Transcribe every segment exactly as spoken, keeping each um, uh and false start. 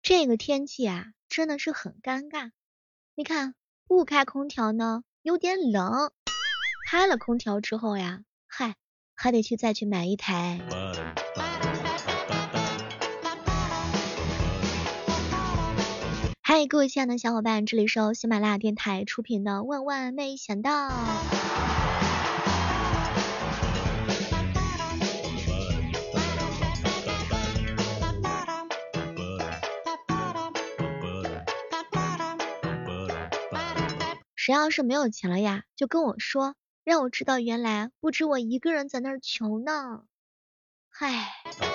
这个天气啊，真的是很尴尬。你看，不开空调呢，有点冷；开了空调之后呀，嗨，还得去再去买一台。嗨，各位亲爱的小伙伴，这里是由喜马拉雅电台出品的《万万没想到》。谁要是没有钱了呀，就跟我说，让我知道原来不止我一个人在那儿穷呢。嗨，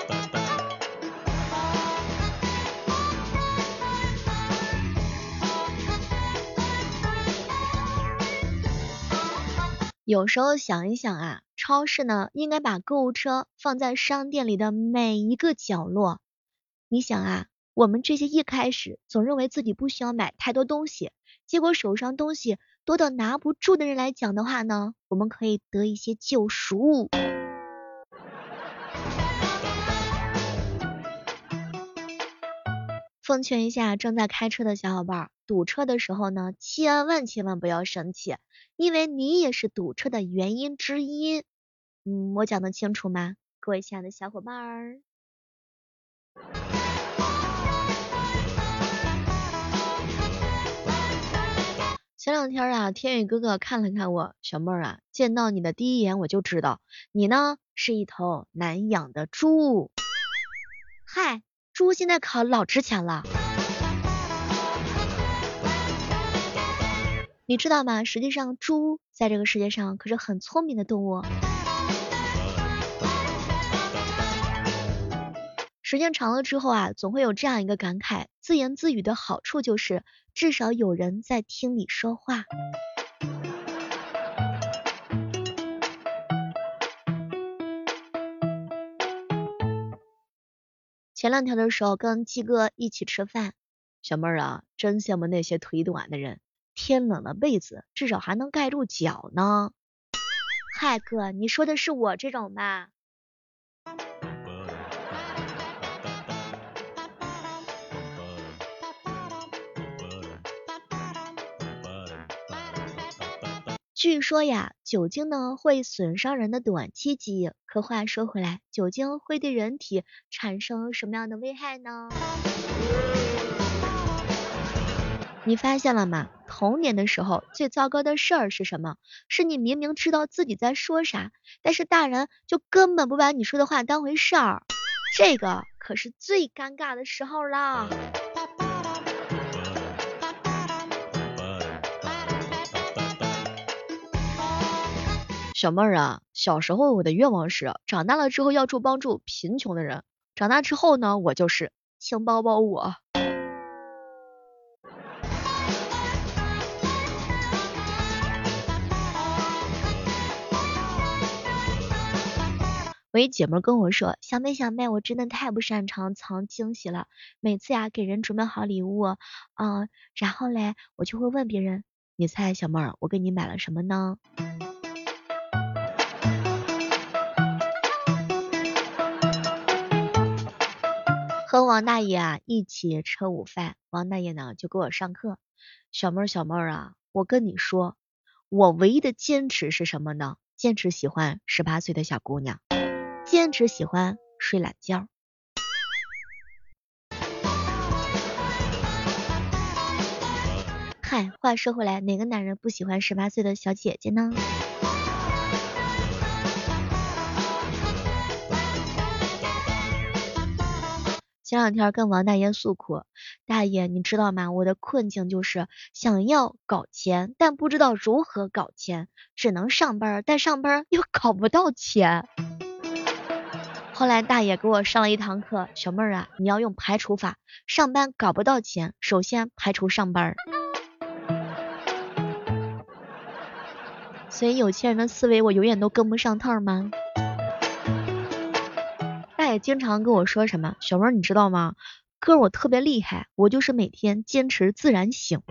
有时候想一想啊，超市呢应该把购物车放在商店里的每一个角落。你想啊，我们这些一开始总认为自己不需要买太多东西，结果手上东西多到拿不住的人来讲的话呢，我们可以得一些救赎。奉劝一下正在开车的小伙伴，堵车的时候呢，千万千万不要生气，因为你也是堵车的原因之一。嗯，我讲得清楚吗？各位亲爱的小伙伴儿。前两天啊，天宇哥哥看了看我，小妹儿啊，见到你的第一眼我就知道，你呢是一头难养的猪。嗨，猪现在可老值钱了。你知道吗？实际上猪在这个世界上可是很聪明的动物。时间长了之后啊，总会有这样一个感慨，自言自语的好处就是至少有人在听你说话。前两天的时候跟鸡哥一起吃饭，小妹儿啊，真羡慕那些腿短的人，天冷了被子至少还能盖住脚呢。嗨哥，你说的是我这种吧？据说呀，酒精呢会损伤人的短期记忆。可话说回来，酒精会对人体产生什么样的危害呢？你发现了吗？童年的时候最糟糕的事儿是什么？是你明明知道自己在说啥，但是大人就根本不把你说的话当回事儿。这个可是最尴尬的时候啦。小妹儿啊，小时候我的愿望是，长大了之后要助帮助贫穷的人。长大之后呢，我就是请抱抱我。我一姐妹跟我说，小妹小妹，我真的太不擅长藏惊喜了。每次呀给人准备好礼物，嗯、然后嘞，我就会问别人，你猜小妹儿，我给你买了什么呢？和王大爷啊一起吃午饭，王大爷呢就给我上课。小妹儿小妹儿啊，我跟你说，我唯一的坚持是什么呢？坚持喜欢十八岁的小姑娘，坚持喜欢睡懒觉。嗨，话说回来，哪个男人不喜欢十八岁的小姐姐呢？前两天跟王大爷诉苦，大爷你知道吗？我的困境就是想要搞钱，但不知道如何搞钱，只能上班，但上班又搞不到钱。后来大爷给我上了一堂课，小妹儿啊，你要用排除法，上班搞不到钱，首先排除上班。所以有钱人的思维我永远都跟不上趟吗？大爷经常跟我说什么，小妹儿你知道吗？哥我特别厉害，我就是每天坚持自然醒。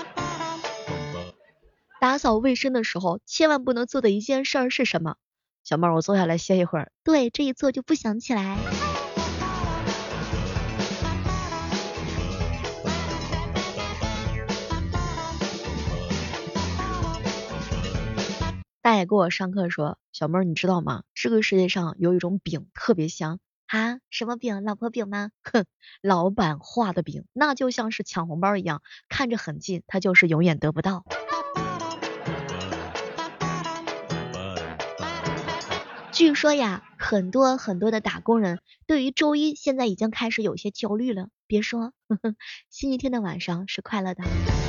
打扫卫生的时候，千万不能做的一件事儿是什么？ 小妹儿，我坐下来歇一会儿。对，这一坐就不想起来。大爷给我上课说，小妹儿你知道吗？这个世界上有一种饼特别香啊，什么饼？老婆饼吗？哼，老板画的饼，那就像是抢红包一样，看着很近，他就是永远得不到。据说呀，很多很多的打工人对于周一现在已经开始有些焦虑了。别说，呵呵，星期天的晚上是快乐的。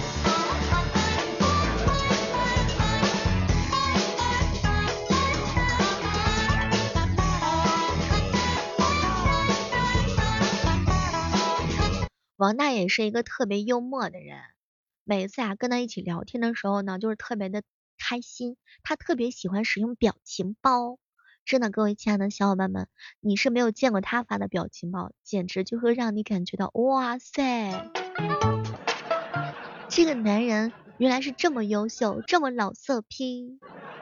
王大爷是一个特别幽默的人，每次啊跟他一起聊天的时候呢，就是特别的开心。他特别喜欢使用表情包，真的，各位亲爱的小伙伴们，你是没有见过他发的表情包，简直就会让你感觉到哇塞，这个男人原来是这么优秀，这么老色批。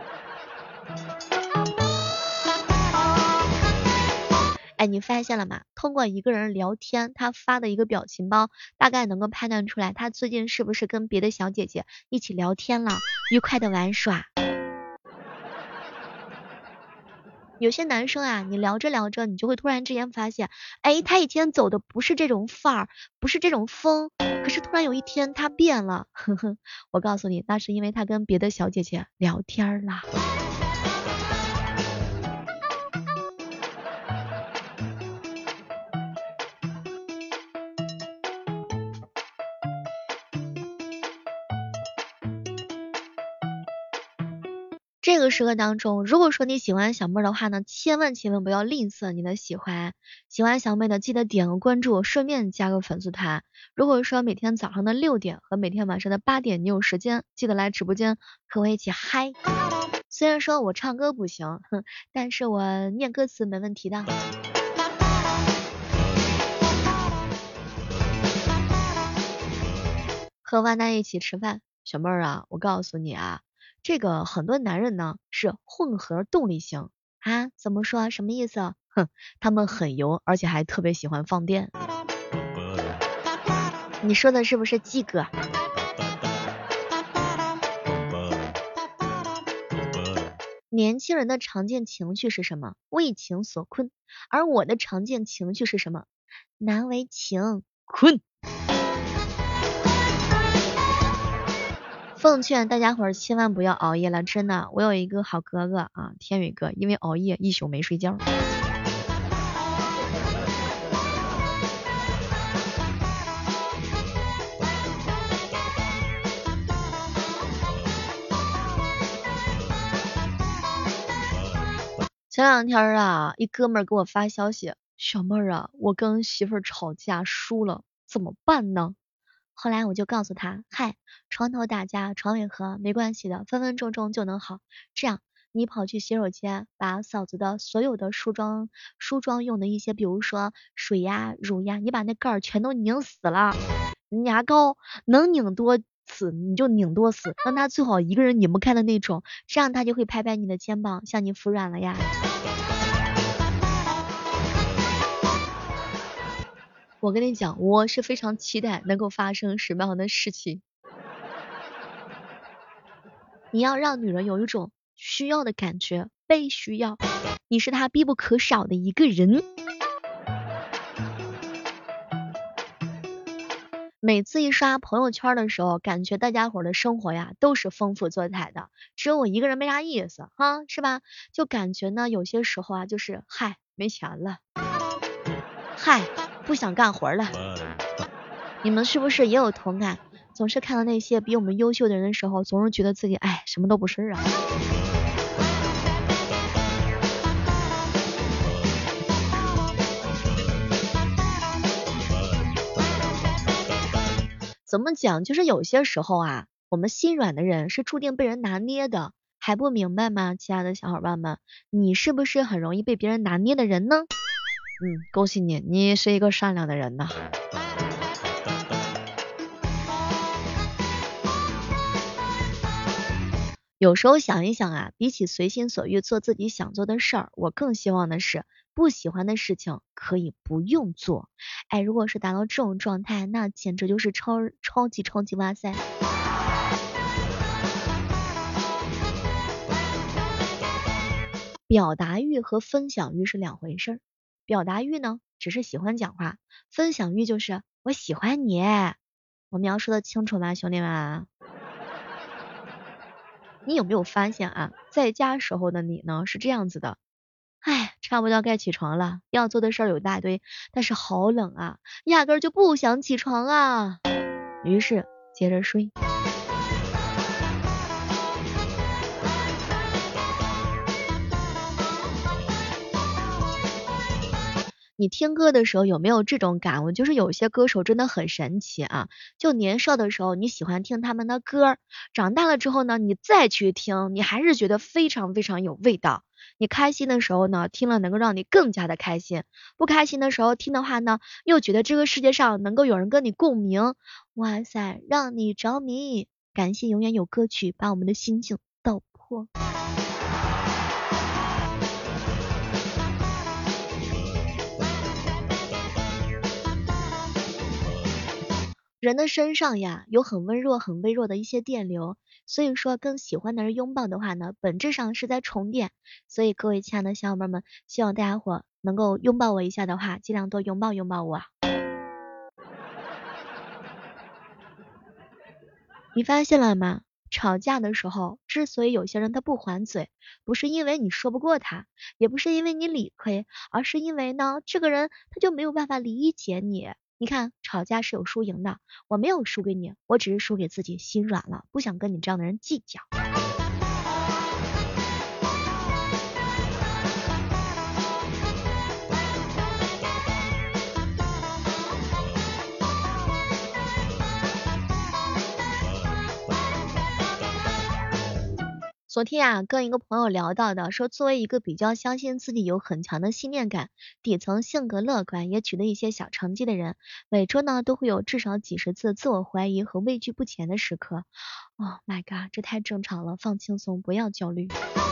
哎，你发现了吗？通过一个人聊天，他发的一个表情包，大概能够判断出来他最近是不是跟别的小姐姐一起聊天了，愉快的玩耍。有些男生啊，你聊着聊着，你就会突然之间发现，哎，他以前走的不是这种范儿，不是这种风，可是突然有一天他变了。呵呵，我告诉你，那是因为他跟别的小姐姐聊天啦。这个时刻当中，如果说你喜欢小妹儿的话呢，千万千万不要吝啬你的喜欢。喜欢小妹的记得点个关注，顺便加个粉丝团。如果说每天早上的六点和每天晚上的八点你有时间，记得来直播间和我一起嗨。虽然说我唱歌不行，哼，但是我念歌词没问题的。和万丹一起吃饭，小妹儿啊，我告诉你啊，这个很多男人呢是混合动力型啊，怎么说？什么意思？哼，他们很油，而且还特别喜欢放电。你说的是不是季哥？年轻人的常见情绪是什么？为情所困。而我的常见情绪是什么？难为情，困。奉劝大家伙儿千万不要熬夜了，真的，我有一个好哥哥啊，天宇哥，因为熬夜一宿没睡觉。前两天啊，一哥们儿给我发消息，小妹儿啊，我跟媳妇儿吵架输了，怎么办呢？后来我就告诉他，嗨，床头打架床尾和，没关系的，分分钟钟就能好。这样，你跑去洗手间，把嫂子的所有的梳妆梳妆用的一些，比如说水呀、乳呀，你把那盖儿全都拧死了。牙膏能拧多次你就拧多次，让他最好一个人拧不开的那种，这样他就会拍拍你的肩膀，向你服软了呀。我跟你讲，我是非常期待能够发生什么样的事情。你要让女人有一种需要的感觉，被需要，你是她必不可少的一个人。每次一刷朋友圈的时候，感觉大家伙的生活呀都是丰富多彩的，只有我一个人没啥意思哈，是吧？就感觉呢，有些时候啊，就是嗨，没钱了，嗨，不想干活了。你们是不是也有同感？总是看到那些比我们优秀的人的时候，总是觉得自己哎什么都不是啊。怎么讲？就是有些时候啊，我们心软的人是注定被人拿捏的，还不明白吗？亲爱的小伙伴们，你是不是很容易被别人拿捏的人呢？嗯，恭喜你，你是一个善良的人呐。 有时候想一想啊，比起随心所欲做自己想做的事儿，我更希望的是不喜欢的事情可以不用做。哎，如果是达到这种状态，那简直就是超超级超级哇塞！表达欲和分享欲是两回事儿。表达欲呢，只是喜欢讲话；分享欲就是我喜欢你。我描述的清楚吗，兄弟们？你有没有发现啊，在家时候的你呢是这样子的，哎，差不多该起床了，要做的事儿有一大堆，但是好冷啊，压根儿就不想起床啊，于是接着睡。你听歌的时候有没有这种感悟？就是有些歌手真的很神奇啊，就年少的时候你喜欢听他们的歌儿，长大了之后呢，你再去听，你还是觉得非常非常有味道。你开心的时候呢，听了能够让你更加的开心；不开心的时候听的话呢，又觉得这个世界上能够有人跟你共鸣。哇塞，让你着迷！感谢永远有歌曲把我们的心境道破。人的身上呀，有很温弱、很微弱的一些电流，所以说跟喜欢的人拥抱的话呢，本质上是在充电。所以各位亲爱的小伙伴们，希望大家伙能够拥抱我一下的话，尽量多拥抱拥抱我。你发现了吗？吵架的时候，之所以有些人他不还嘴，不是因为你说不过他，也不是因为你理亏，而是因为呢，这个人他就没有办法理解你。你看，吵架是有输赢的，我没有输给你，我只是输给自己，心软了，不想跟你这样的人计较。昨天啊，跟一个朋友聊到的，说作为一个比较相信自己有很强的信念感，底层性格乐观，也取得一些小成绩的人，每周呢都会有至少几十次自我怀疑和畏惧不前的时刻。Oh my god，这太正常了，放轻松，不要焦虑。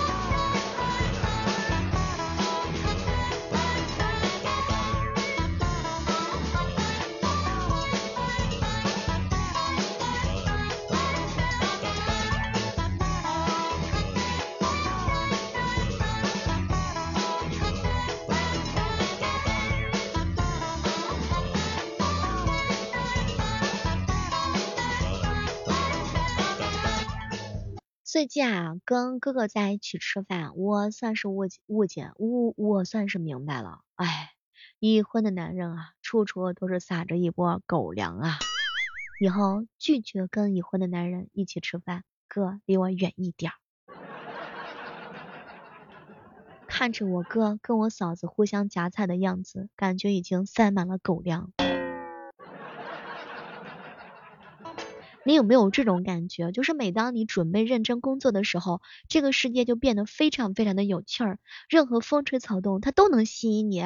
最近啊，跟哥哥在一起吃饭，我算是误解误解，我我算是明白了。哎，已婚的男人啊，处处都是撒着一波狗粮啊。以后拒绝跟已婚的男人一起吃饭，哥离我远一点儿。看着我哥跟我嫂子互相夹菜的样子，感觉已经塞满了狗粮。你有没有这种感觉？就是每当你准备认真工作的时候，这个世界就变得非常非常的有趣儿，任何风吹草动它都能吸引你。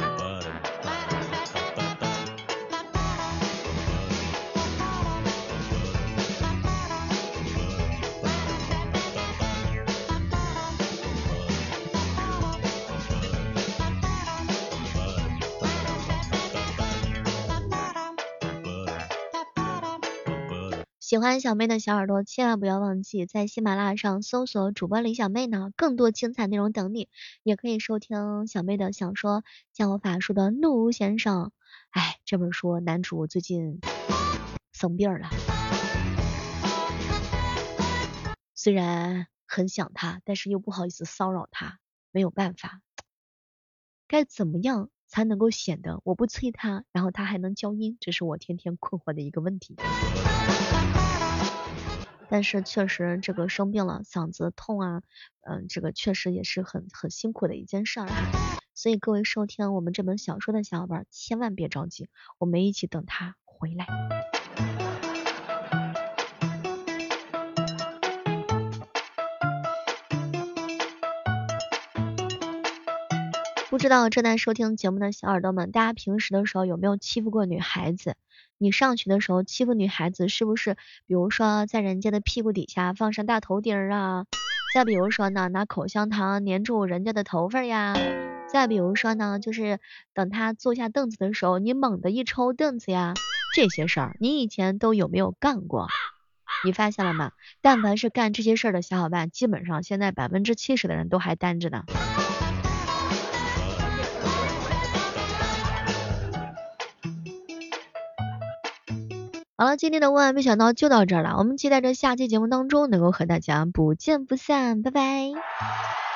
喜欢小妹的小耳朵，千万不要忘记在喜马拉雅上搜索主播李小妹呢，更多精彩内容等你，也可以收听小妹的小说《教我法术的陆先生》。哎，这本书男主最近生病了，虽然很想他，但是又不好意思骚扰他，没有办法，该怎么样才能够显得我不催他，然后他还能交音，这是我天天困惑的一个问题。但是确实这个生病了，嗓子痛啊，嗯、这个确实也是很很辛苦的一件事儿哈。所以各位收听我们这本小说的小伙伴，千万别着急，我们一起等他回来。 不知道正在收听节目的小耳朵们，大家平时的时候有没有欺负过女孩子？你上学的时候欺负女孩子，是不是比如说在人家的屁股底下放上大头钉儿啊？再比如说呢，拿口香糖粘住人家的头发呀？再比如说呢，就是等他坐下凳子的时候，你猛地一抽凳子呀？这些事儿你以前都有没有干过？你发现了吗？但凡是干这些事儿的小伙伴，基本上现在百分之七十的人都还单着呢。好了，今天的万万没想到就到这儿了，我们期待着下期节目当中能够和大家不见不散，拜拜。